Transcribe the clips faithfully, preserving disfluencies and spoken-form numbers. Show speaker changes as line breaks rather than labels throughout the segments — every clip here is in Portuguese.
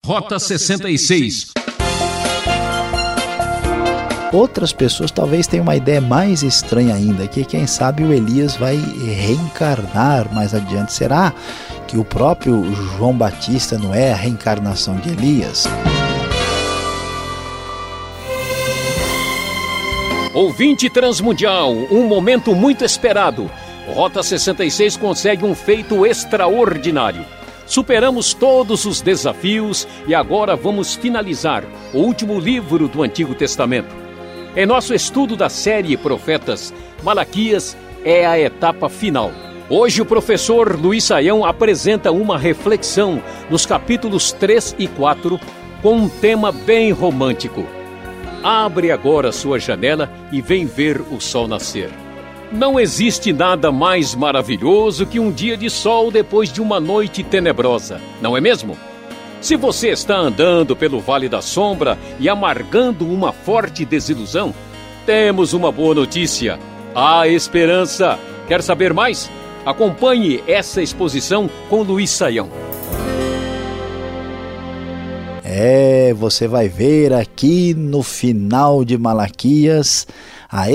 Rota sessenta e seis.
Outras pessoas talvez tenham uma ideia mais estranha ainda, que quem sabe o Elias vai reencarnar mais adiante. Será que o próprio João Batista não é a reencarnação de Elias?
Ouvinte Transmundial, um momento muito esperado. Rota sessenta e seis consegue um feito extraordinário. Superamos todos os desafios e agora vamos finalizar o último livro do Antigo Testamento. Em nosso estudo da série Profetas, Malaquias é a etapa final. Hoje o professor Luiz Saião apresenta uma reflexão nos capítulos três e quatro com um tema bem romântico. Abre agora sua janela e vem ver o sol nascer. Não existe nada mais maravilhoso que um dia de sol depois de uma noite tenebrosa, não é mesmo? Se você está andando pelo Vale da Sombra e amargando uma forte desilusão, temos uma boa notícia. Há esperança. Quer saber mais? Acompanhe essa exposição com Luiz Saião.
É, você vai ver aqui no final de Malaquias a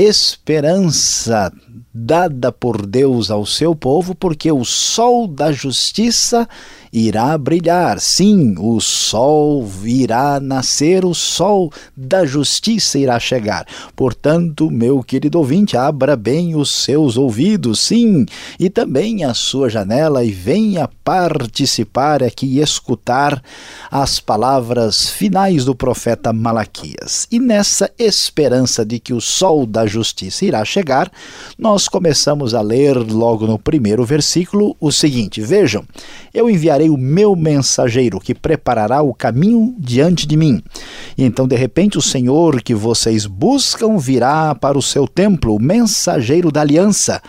esperança dada por Deus ao seu povo, porque o sol da justiça irá brilhar. Sim, o sol irá nascer, o sol da justiça irá chegar. Portanto, meu querido ouvinte, abra bem os seus ouvidos, sim, e também a sua janela, e venha participar aqui e escutar as palavras finais do profeta Malaquias. E nessa esperança de que o sol da justiça irá chegar, nós começamos a ler logo no primeiro versículo o seguinte: vejam, eu enviarei o meu mensageiro que preparará o caminho diante de mim. E então, de repente, o Senhor que vocês buscam virá para o seu templo, o mensageiro da aliança.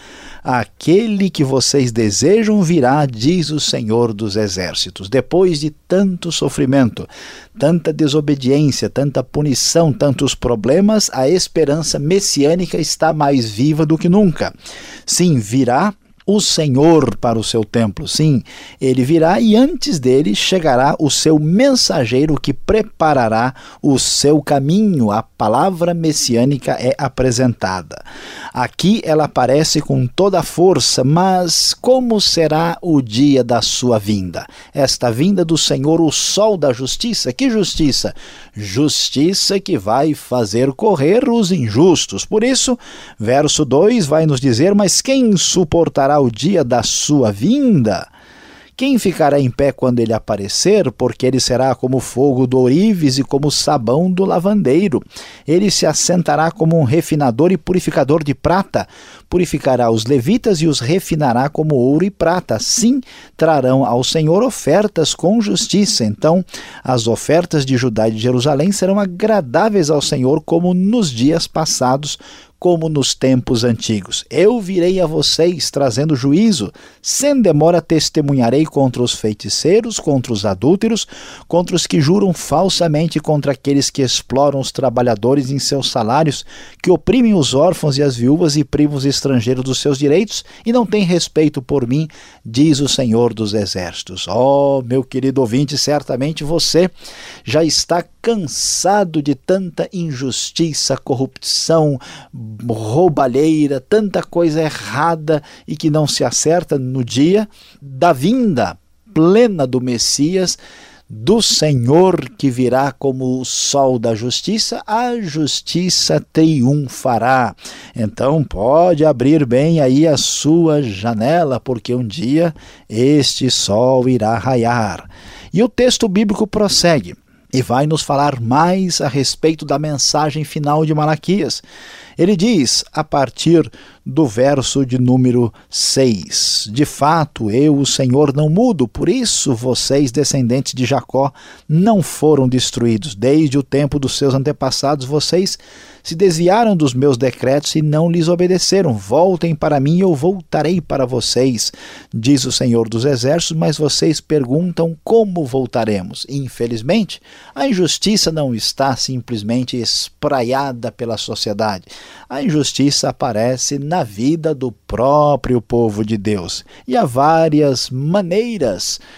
Aquele que vocês desejam virá, diz o Senhor dos Exércitos. Depois de tanto sofrimento, tanta desobediência, tanta punição, tantos problemas, a esperança messiânica está mais viva do que nunca. Sim, virá o Senhor para o seu templo. Sim, ele virá e antes dele chegará o seu mensageiro que preparará o seu caminho. A palavra messiânica é apresentada. Aqui ela aparece com toda a força, mas como será o dia da sua vinda? Esta vinda do Senhor, o sol da justiça. Que justiça? Justiça que vai fazer correr os injustos. Por isso, verso dois vai nos dizer: mas quem suportará o dia da sua vinda? Quem ficará em pé quando ele aparecer? Porque ele será como fogo do ourives e como sabão do lavandeiro. Ele se assentará como um refinador e purificador de prata. Purificará os levitas e os refinará como ouro e prata. Assim trarão ao Senhor ofertas com justiça. Então, as ofertas de Judá e de Jerusalém serão agradáveis ao Senhor, como nos dias passados, como nos tempos antigos. Eu virei a vocês trazendo juízo, sem demora testemunharei contra os feiticeiros, contra os adúlteros, contra os que juram falsamente, contra aqueles que exploram os trabalhadores em seus salários, que oprimem os órfãos e as viúvas e privam os estrangeiros dos seus direitos e não têm respeito por mim, diz o Senhor dos Exércitos. Oh, meu querido ouvinte, certamente você já está cansado de tanta injustiça, corrupção, roubalheira, tanta coisa errada e que não se acerta no dia da vinda plena do Messias, do Senhor que virá como o sol da justiça. A justiça triunfará. Então pode abrir bem aí a sua janela, porque um dia este sol irá raiar. E o texto bíblico prossegue e vai nos falar mais a respeito da mensagem final de Malaquias. Ele diz, a partir do verso de número seis: de fato, eu, o Senhor, não mudo, por isso vocês, descendentes de Jacó, não foram destruídos. Desde o tempo dos seus antepassados, vocês se desviaram dos meus decretos e não lhes obedeceram. Voltem para mim e eu voltarei para vocês, diz o Senhor dos Exércitos. Mas vocês perguntam como voltaremos. Infelizmente, a injustiça não está simplesmente espraiada pela sociedade. A injustiça aparece na vida do próprio povo de Deus. E há várias maneiras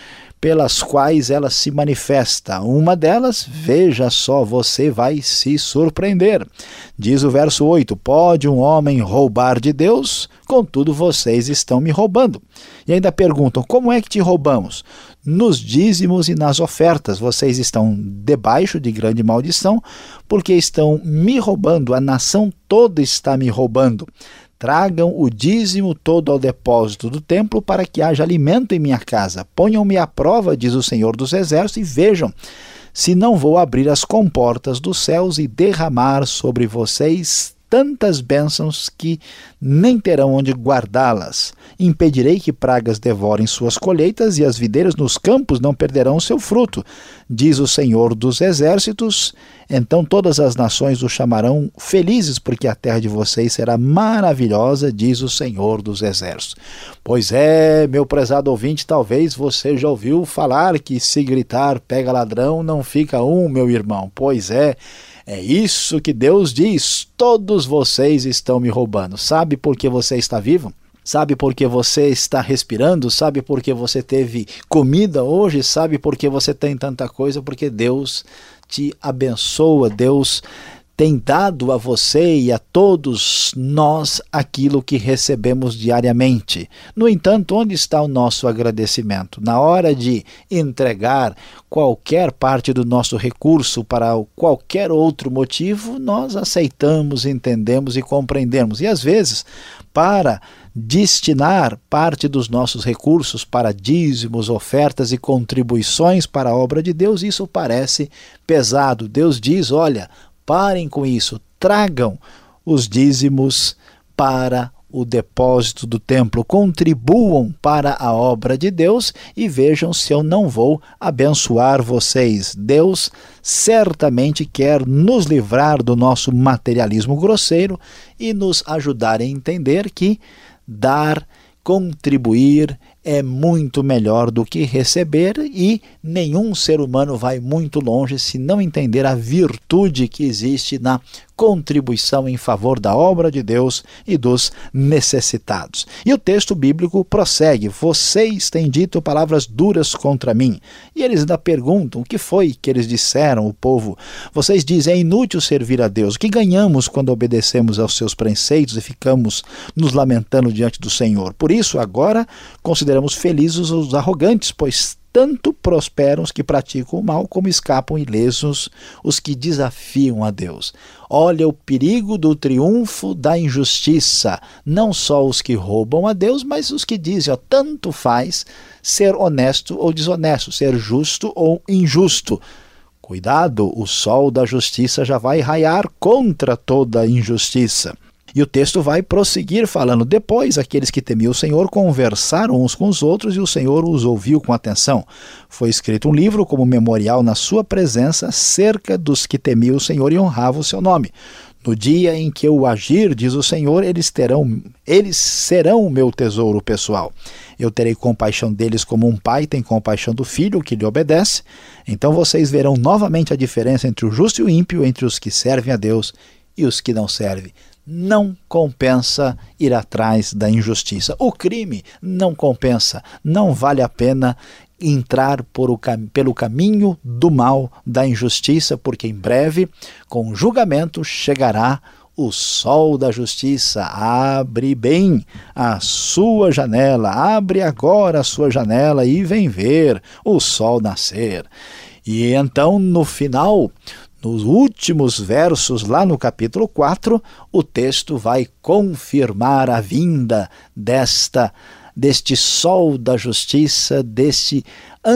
pelas quais ela se manifesta. Uma delas, veja só, você vai se surpreender. Diz o verso oito, pode um homem roubar de Deus? Contudo, vocês estão me roubando. E ainda perguntam, como é que te roubamos? Nos dízimos e nas ofertas. Vocês estão debaixo de grande maldição, porque estão me roubando, a nação toda está me roubando. Tragam o dízimo todo ao depósito do templo, para que haja alimento em minha casa. Ponham-me à prova, diz o Senhor dos Exércitos, e vejam se não vou abrir as comportas dos céus e derramar sobre vocês tantas bênçãos que nem terão onde guardá-las. Impedirei que pragas devorem suas colheitas e as videiras nos campos não perderão seu fruto, diz o Senhor dos Exércitos. Então todas as nações o chamarão felizes, porque a terra de vocês será maravilhosa, diz o Senhor dos Exércitos. Pois é, meu prezado ouvinte, talvez você já ouviu falar que se gritar pega ladrão não fica um, meu irmão. Pois é, é isso que Deus diz, todos vocês estão me roubando. Sabe por que você está vivo? Sabe por que você está respirando? Sabe por que você teve comida hoje? Sabe por que você tem tanta coisa? Porque Deus te abençoa, Deus tem dado a você e a todos nós aquilo que recebemos diariamente. No entanto, onde está o nosso agradecimento? Na hora de entregar qualquer parte do nosso recurso para qualquer outro motivo, nós aceitamos, entendemos e compreendemos. E às vezes, para destinar parte dos nossos recursos para dízimos, ofertas e contribuições para a obra de Deus, isso parece pesado. Deus diz, olha, parem com isso, tragam os dízimos para o depósito do templo, contribuam para a obra de Deus e vejam se eu não vou abençoar vocês. Deus certamente quer nos livrar do nosso materialismo grosseiro e nos ajudar a entender que dar, contribuir é muito melhor do que receber e nenhum ser humano vai muito longe se não entender a virtude que existe na contribuição em favor da obra de Deus e dos necessitados. E o texto bíblico prossegue, vocês têm dito palavras duras contra mim. E eles ainda perguntam, o que foi que eles disseram, o povo? Vocês dizem, é inútil servir a Deus. O que ganhamos quando obedecemos aos seus preceitos e ficamos nos lamentando diante do Senhor? Por isso, agora, consideramos felizes os arrogantes, pois tanto prosperam os que praticam o mal, como escapam ilesos os que desafiam a Deus. Olha o perigo do triunfo da injustiça. Não só os que roubam a Deus, mas os que dizem, ó, tanto faz ser honesto ou desonesto, ser justo ou injusto. Cuidado, o sol da justiça já vai raiar contra toda a injustiça. E o texto vai prosseguir falando, depois aqueles que temiam o Senhor conversaram uns com os outros e o Senhor os ouviu com atenção. Foi escrito um livro como memorial na sua presença acerca dos que temiam o Senhor e honravam o seu nome. No dia em que eu agir, diz o Senhor, eles terão, eles serão o meu tesouro pessoal. Eu terei compaixão deles como um pai tem compaixão do filho que lhe obedece. Então vocês verão novamente a diferença entre o justo e o ímpio, entre os que servem a Deus e os que não servem. Não compensa ir atrás da injustiça. O crime não compensa, não vale a pena entrar por o cam- pelo caminho do mal, da injustiça, porque em breve, com o julgamento, chegará o sol da justiça. Abre bem a sua janela, abre agora a sua janela e vem ver o sol nascer. E então, no final, nos últimos versos, lá no capítulo quatro, o texto vai confirmar a vinda desta, deste sol da justiça, deste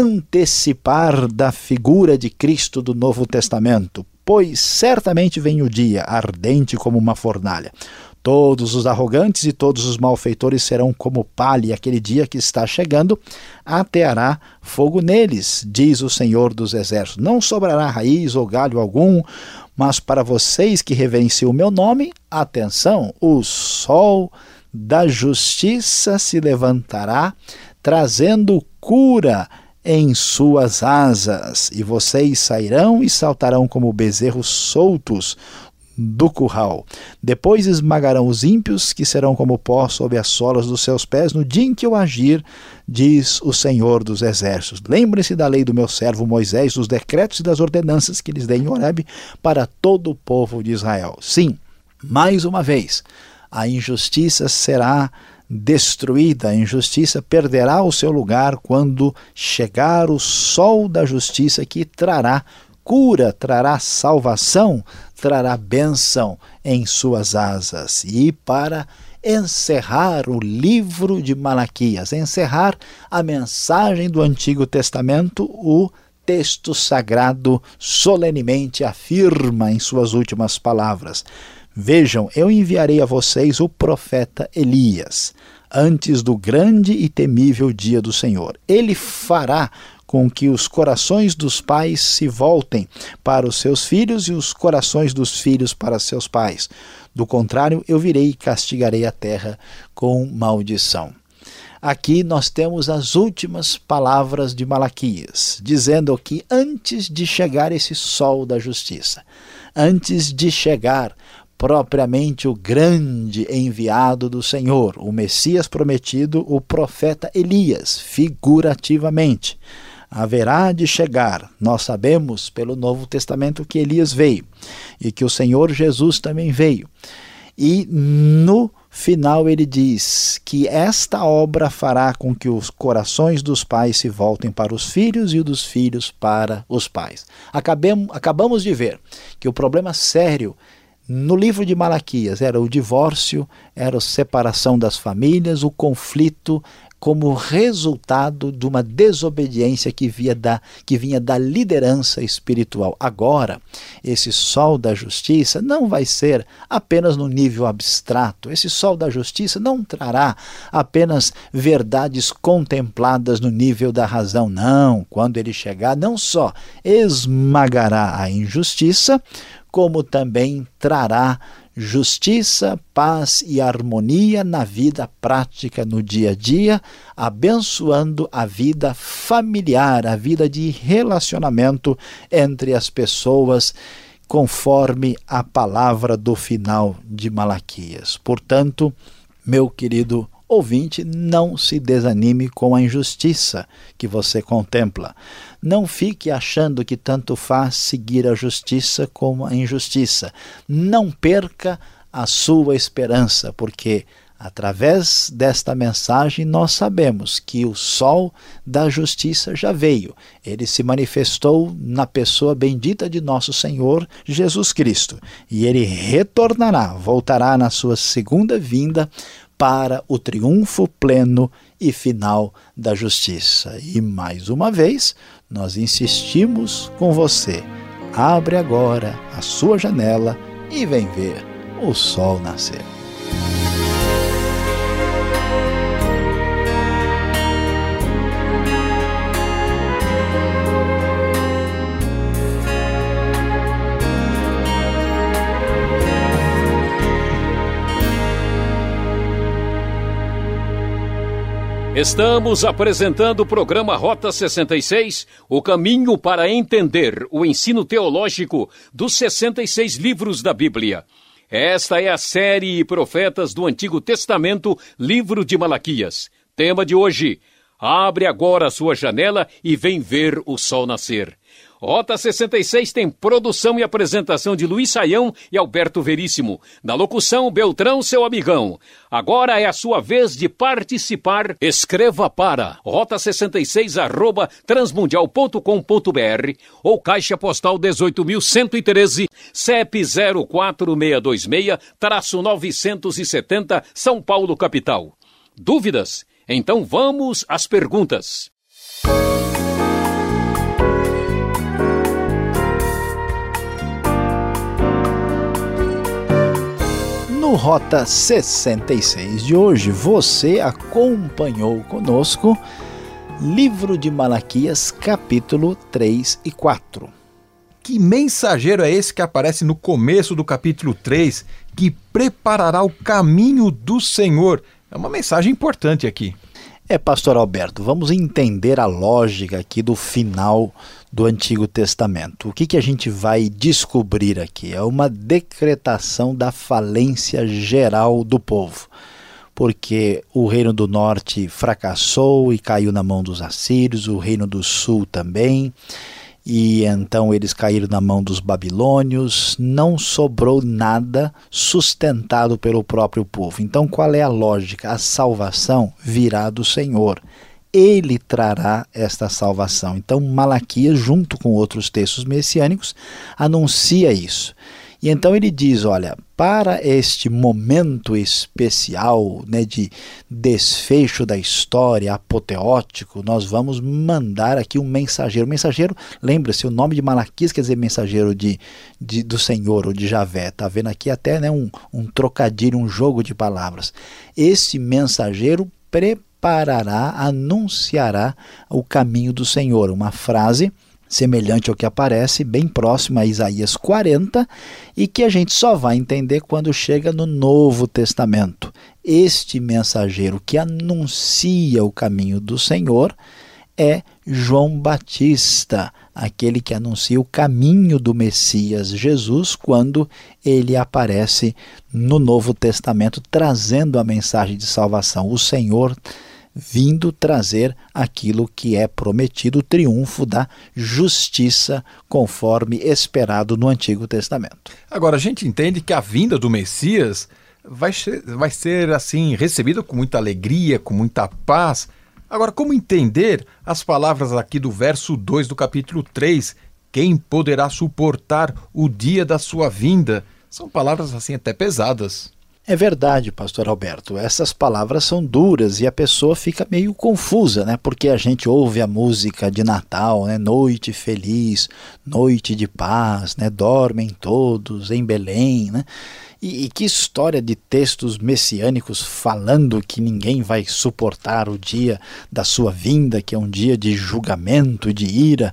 antecipar da figura de Cristo do Novo Testamento. Pois certamente vem o dia, ardente como uma fornalha. Todos os arrogantes e todos os malfeitores serão como palha, e aquele dia que está chegando ateará fogo neles, diz o Senhor dos Exércitos. Não sobrará raiz ou galho algum, mas para vocês que reverenciam o meu nome, atenção, o sol da justiça se levantará, trazendo cura em suas asas, e vocês sairão e saltarão como bezerros soltos do curral. Depois esmagarão os ímpios, que serão como pó sob as solas dos seus pés, no dia em que eu agir, diz o Senhor dos Exércitos. Lembrem-se da lei do meu servo Moisés, dos decretos e das ordenanças que lhes dei em Horebe para todo o povo de Israel. Sim, mais uma vez, a injustiça será destruída, a injustiça perderá o seu lugar quando chegar o sol da justiça, que trará cura, trará salvação, trará bênção em suas asas. E para encerrar o livro de Malaquias, encerrar a mensagem do Antigo Testamento, o texto sagrado solenemente afirma em suas últimas palavras: vejam, eu enviarei a vocês o profeta Elias, antes do grande e temível dia do Senhor. Ele fará com que os corações dos pais se voltem para os seus filhos e os corações dos filhos para seus pais. Do contrário, eu virei e castigarei a terra com maldição. Aqui nós temos as últimas palavras de Malaquias, dizendo que antes de chegar esse sol da justiça, antes de chegar propriamente o grande enviado do Senhor, o Messias prometido, o profeta Elias, figurativamente, haverá de chegar. Nós sabemos pelo Novo Testamento que Elias veio e que o Senhor Jesus também veio. E no final ele diz que esta obra fará com que os corações dos pais se voltem para os filhos e os dos filhos para os pais. Acabemos, acabamos de ver que o problema sério no livro de Malaquias era o divórcio, era a separação das famílias, o conflito como resultado de uma desobediência que vinha da, que vinha da liderança espiritual. Agora, esse sol da justiça não vai ser apenas no nível abstrato. Esse sol da justiça não trará apenas verdades contempladas no nível da razão. Não, quando ele chegar, não só esmagará a injustiça, como também trará justiça, paz e harmonia na vida prática, no dia a dia, abençoando a vida familiar, a vida de relacionamento entre as pessoas, conforme a palavra do final de Malaquias. Portanto, meu querido ouvinte, não se desanime com a injustiça que você contempla. Não fique achando que tanto faz seguir a justiça como a injustiça. Não perca a sua esperança, porque através desta mensagem nós sabemos que o sol da justiça já veio. Ele se manifestou na pessoa bendita de nosso Senhor Jesus Cristo. E ele retornará, voltará na sua segunda vinda para o triunfo pleno e final da justiça. E mais uma vez, nós insistimos com você. Abre agora a sua janela e vem ver o sol nascer.
Estamos apresentando o programa Rota sessenta e seis, o caminho para entender o ensino teológico dos sessenta e seis livros da Bíblia. Esta é a série Profetas do Antigo Testamento, livro de Malaquias. Tema de hoje: abre agora a sua janela e vem ver o sol nascer. Rota sessenta e seis tem produção e apresentação de Luiz Saião e Alberto Veríssimo. Na locução, Beltrão, seu amigão. Agora é a sua vez de participar. Escreva para rota sessenta e seis arroba transmundial ponto com ponto br ou Caixa Postal dezoito mil cento e treze, C E P zero quatro seis dois seis novecentos e setenta, São Paulo, capital. Dúvidas? Então vamos às perguntas.
No Rota sessenta e seis de hoje, você acompanhou conosco livro de Malaquias, capítulo três e quatro.
Que mensageiro é esse que aparece no começo do capítulo três, que preparará o caminho do Senhor? É uma mensagem importante aqui.
É, pastor Alberto, vamos entender a lógica aqui do final do Antigo Testamento. O que, que a gente vai descobrir aqui? É uma decretação da falência geral do povo, porque o reino do norte fracassou e caiu na mão dos assírios, o reino do sul também, e então eles caíram na mão dos babilônios, não sobrou nada sustentado pelo próprio povo. Então qual é a lógica? A salvação virá do Senhor. Ele trará esta salvação. Então Malaquias, junto com outros textos messiânicos, anuncia isso. E então ele diz, olha, para este momento especial, né, de desfecho da história, apoteótico, nós vamos mandar aqui um mensageiro. O mensageiro, lembra-se, o nome de Malaquias quer dizer mensageiro de, de, do Senhor, ou de Javé. Está vendo aqui até, né, um, um trocadilho, um jogo de palavras. Esse mensageiro preparará, anunciará o caminho do Senhor. Uma frase semelhante ao que aparece bem próximo a Isaías quarenta e que a gente só vai entender quando chega no Novo Testamento. Este mensageiro que anuncia o caminho do Senhor é João Batista, aquele que anuncia o caminho do Messias Jesus quando ele aparece no Novo Testamento trazendo a mensagem de salvação. O Senhor vindo trazer aquilo que é prometido, o triunfo da justiça, conforme esperado no Antigo Testamento.
Agora, a gente entende que a vinda do Messias vai ser, vai ser assim, recebida com muita alegria, com muita paz. Agora, como entender as palavras aqui do verso dois do capítulo três? Quem poderá suportar o dia da sua vinda? São palavras assim até pesadas.
É verdade, pastor Alberto, essas palavras são duras e a pessoa fica meio confusa, né? Porque a gente ouve a música de Natal, né? Noite feliz, noite de paz, né? Dormem todos em Belém, né? E, e que história de textos messiânicos falando que ninguém vai suportar o dia da sua vinda, que é um dia de julgamento, de ira,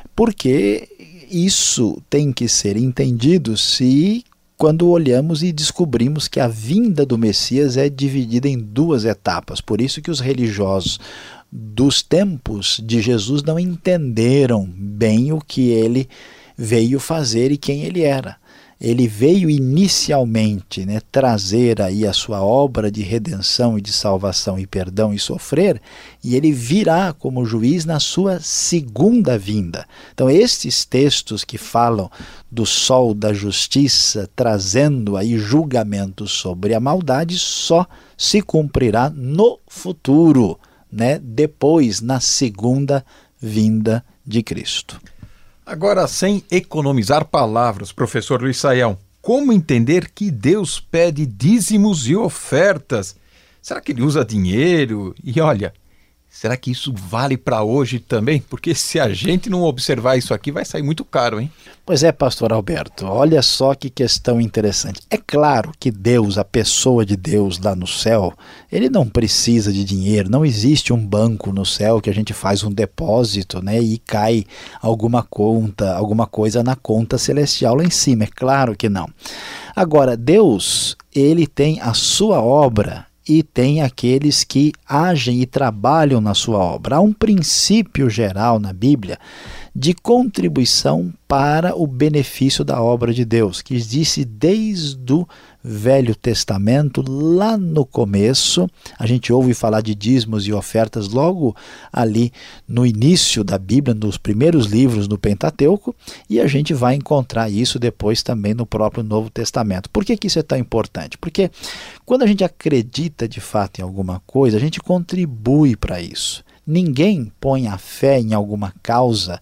porque isso tem que ser entendido se quando olhamos e descobrimos que a vinda do Messias é dividida em duas etapas. Por isso que os religiosos dos tempos de Jesus não entenderam bem o que ele veio fazer e quem ele era. Ele veio inicialmente, né, trazer aí a sua obra de redenção e de salvação e perdão e sofrer, e ele virá como juiz na sua segunda vinda. Então estes textos que falam do sol da justiça trazendo aí julgamento sobre a maldade só se cumprirá no futuro, né, depois na segunda vinda de Cristo.
Agora, sem economizar palavras, professor Luiz Saião, como entender que Deus pede dízimos e ofertas? Será que ele usa dinheiro? E olha, será que isso vale para hoje também? Porque se a gente não observar isso aqui, vai sair muito caro, hein?
Pois é, pastor Alberto, olha só que questão interessante. É claro que Deus, a pessoa de Deus lá no céu, ele não precisa de dinheiro, não existe um banco no céu que a gente faz um depósito, né, e cai alguma conta, alguma coisa na conta celestial lá em cima, é claro que não. Agora, Deus, ele tem a sua obra e tem aqueles que agem e trabalham na sua obra. Há um princípio geral na Bíblia de contribuição para o benefício da obra de Deus, que existe desde o Velho Testamento, lá no começo. A gente ouve falar de dízimos e ofertas logo ali no início da Bíblia, nos primeiros livros do Pentateuco, e a gente vai encontrar isso depois também no próprio Novo Testamento. Por que que isso é tão importante? Porque quando a gente acredita de fato em alguma coisa, a gente contribui para isso. Ninguém põe a fé em alguma causa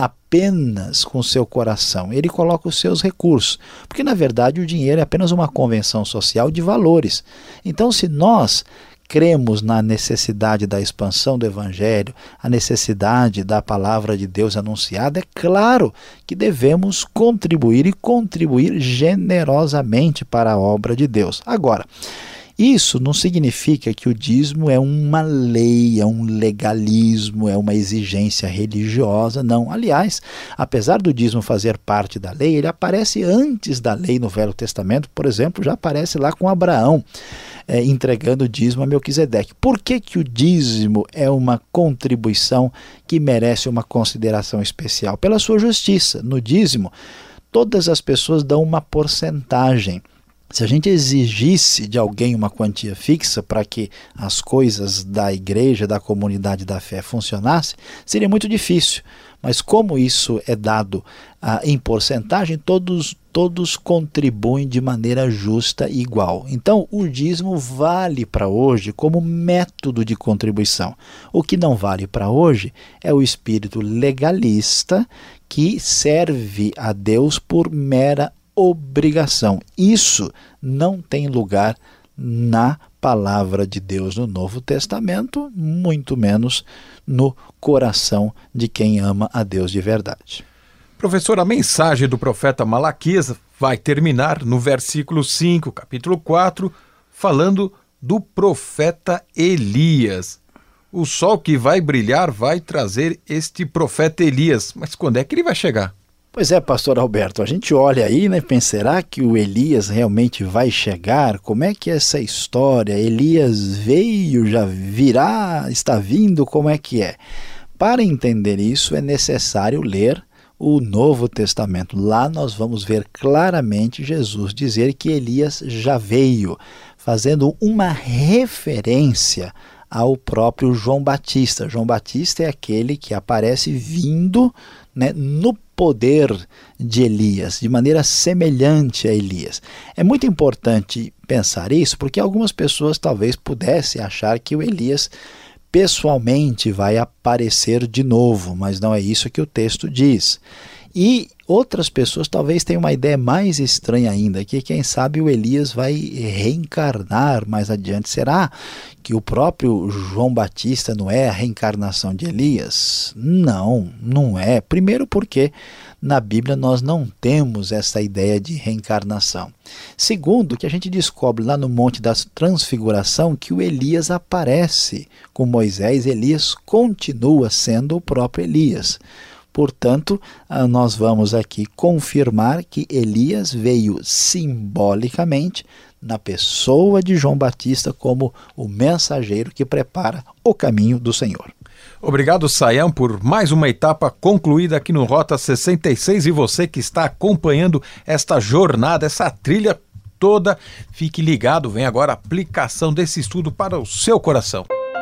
apenas com seu coração. Ele coloca os seus recursos, porque na verdade o dinheiro é apenas uma convenção social de valores. Então, se nós cremos na necessidade da expansão do Evangelho, a necessidade da palavra de Deus anunciada, é claro que devemos contribuir e contribuir generosamente para a obra de Deus. Agora, isso não significa que o dízimo é uma lei, é um legalismo, é uma exigência religiosa, não. Aliás, apesar do dízimo fazer parte da lei, ele aparece antes da lei no Velho Testamento, por exemplo, já aparece lá com Abraão. é, entregando o dízimo a Melquisedeque. Por que que o dízimo é uma contribuição que merece uma consideração especial? Pela sua justiça. No dízimo, todas as pessoas dão uma porcentagem. Se a gente exigisse de alguém uma quantia fixa para que as coisas da igreja, da comunidade da fé funcionassem, seria muito difícil. Mas como isso é dado ah, em porcentagem, todos, todos contribuem de maneira justa e igual. Então, o dízimo vale para hoje como método de contribuição. O que não vale para hoje é o espírito legalista que serve a Deus por mera obrigação. Isso não tem lugar na palavra de Deus no Novo Testamento, muito menos no coração de quem ama a Deus de verdade.
Professor, a mensagem do profeta Malaquias vai terminar no versículo cinco, capítulo quatro, falando do profeta Elias. O sol que vai brilhar vai trazer este profeta Elias. Mas quando é que ele vai chegar?
Pois é, pastor Alberto, a gente olha aí, né, pensa, será que o Elias realmente vai chegar? Como é que é essa história? Elias veio, já virá, está vindo, como é que é? Para entender isso é necessário ler o Novo Testamento. Lá nós vamos ver claramente Jesus dizer que Elias já veio, fazendo uma referência ao próprio João Batista. João Batista é aquele que aparece vindo, né, no poder de Elias, de maneira semelhante a Elias. É muito importante pensar isso, porque algumas pessoas talvez pudessem achar que o Elias pessoalmente vai aparecer de novo, mas não é isso que o texto diz. E outras pessoas talvez tenham uma ideia mais estranha ainda, que quem sabe o Elias vai reencarnar mais adiante. Será que o próprio João Batista não é a reencarnação de Elias? Não, não é. Primeiro porque na Bíblia nós não temos essa ideia de reencarnação. Segundo, que a gente descobre lá no Monte da Transfiguração que o Elias aparece com Moisés, Elias continua sendo o próprio Elias. Portanto, nós vamos aqui confirmar que Elias veio simbolicamente na pessoa de João Batista como o mensageiro que prepara o caminho do Senhor.
Obrigado, Sayão, por mais uma etapa concluída aqui no Rota sessenta e seis, e você que está acompanhando esta jornada, essa trilha toda, fique ligado, vem agora a aplicação desse estudo para o seu coração.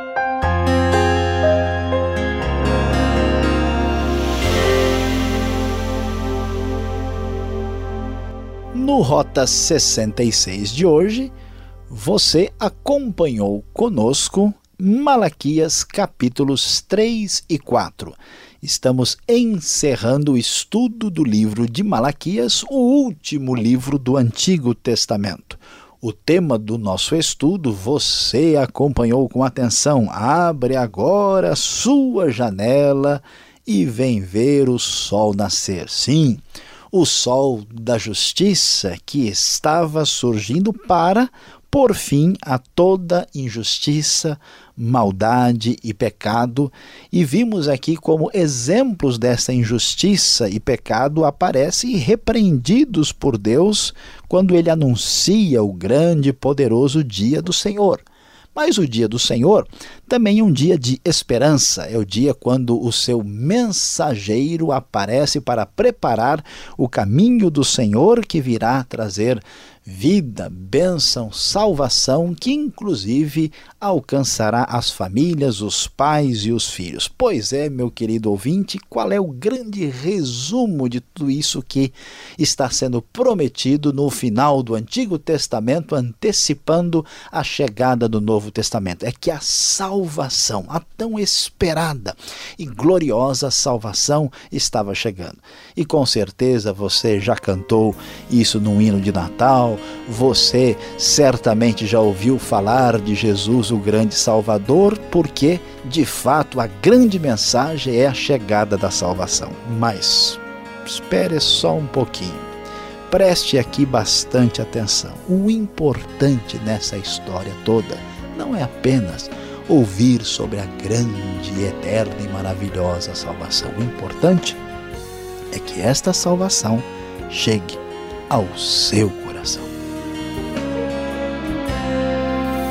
No Rota sessenta e seis de hoje, você acompanhou conosco Malaquias capítulos três e quatro. Estamos encerrando o estudo do livro de Malaquias, o último livro do Antigo Testamento. O tema do nosso estudo você acompanhou com atenção. Abre agora sua janela e vem ver o sol nascer. Sim, o sol da justiça que estava surgindo para pôr fim a toda injustiça, maldade e pecado, e vimos aqui como exemplos dessa injustiça e pecado aparecem repreendidos por Deus quando ele anuncia o grande e poderoso dia do Senhor. Mas o dia do Senhor também é um dia de esperança, é o dia quando o seu mensageiro aparece para preparar o caminho do Senhor que virá trazer vida, bênção, salvação, que inclusive alcançará as famílias, os pais e os filhos. Pois é, meu querido ouvinte, qual é o grande resumo de tudo isso que está sendo prometido no final do Antigo Testamento, antecipando a chegada do Novo Testamento? É que a salvação, a tão esperada e gloriosa salvação estava chegando. E com certeza você já cantou isso num hino de Natal, você certamente já ouviu falar de Jesus, o grande Salvador, porque, de fato, a grande mensagem é a chegada da salvação. Mas espere só um pouquinho. Preste aqui bastante atenção. O importante nessa história toda não é apenas ouvir sobre a grande, eterna e maravilhosa salvação. O importante é que esta salvação chegue ao seu coração.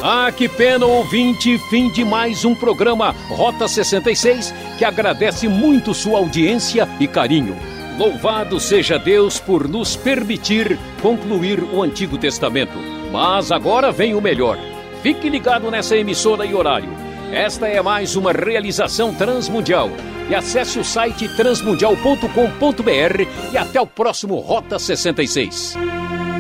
Ah, que pena, ouvinte, fim de mais um programa Rota sessenta e seis, que agradece muito sua audiência e carinho. Louvado seja Deus por nos permitir concluir o Antigo Testamento. Mas agora vem o melhor. Fique ligado nessa emissora e horário. Esta é mais uma realização transmundial. E acesse o site transmundial ponto com ponto br e até o próximo Rota sessenta e seis.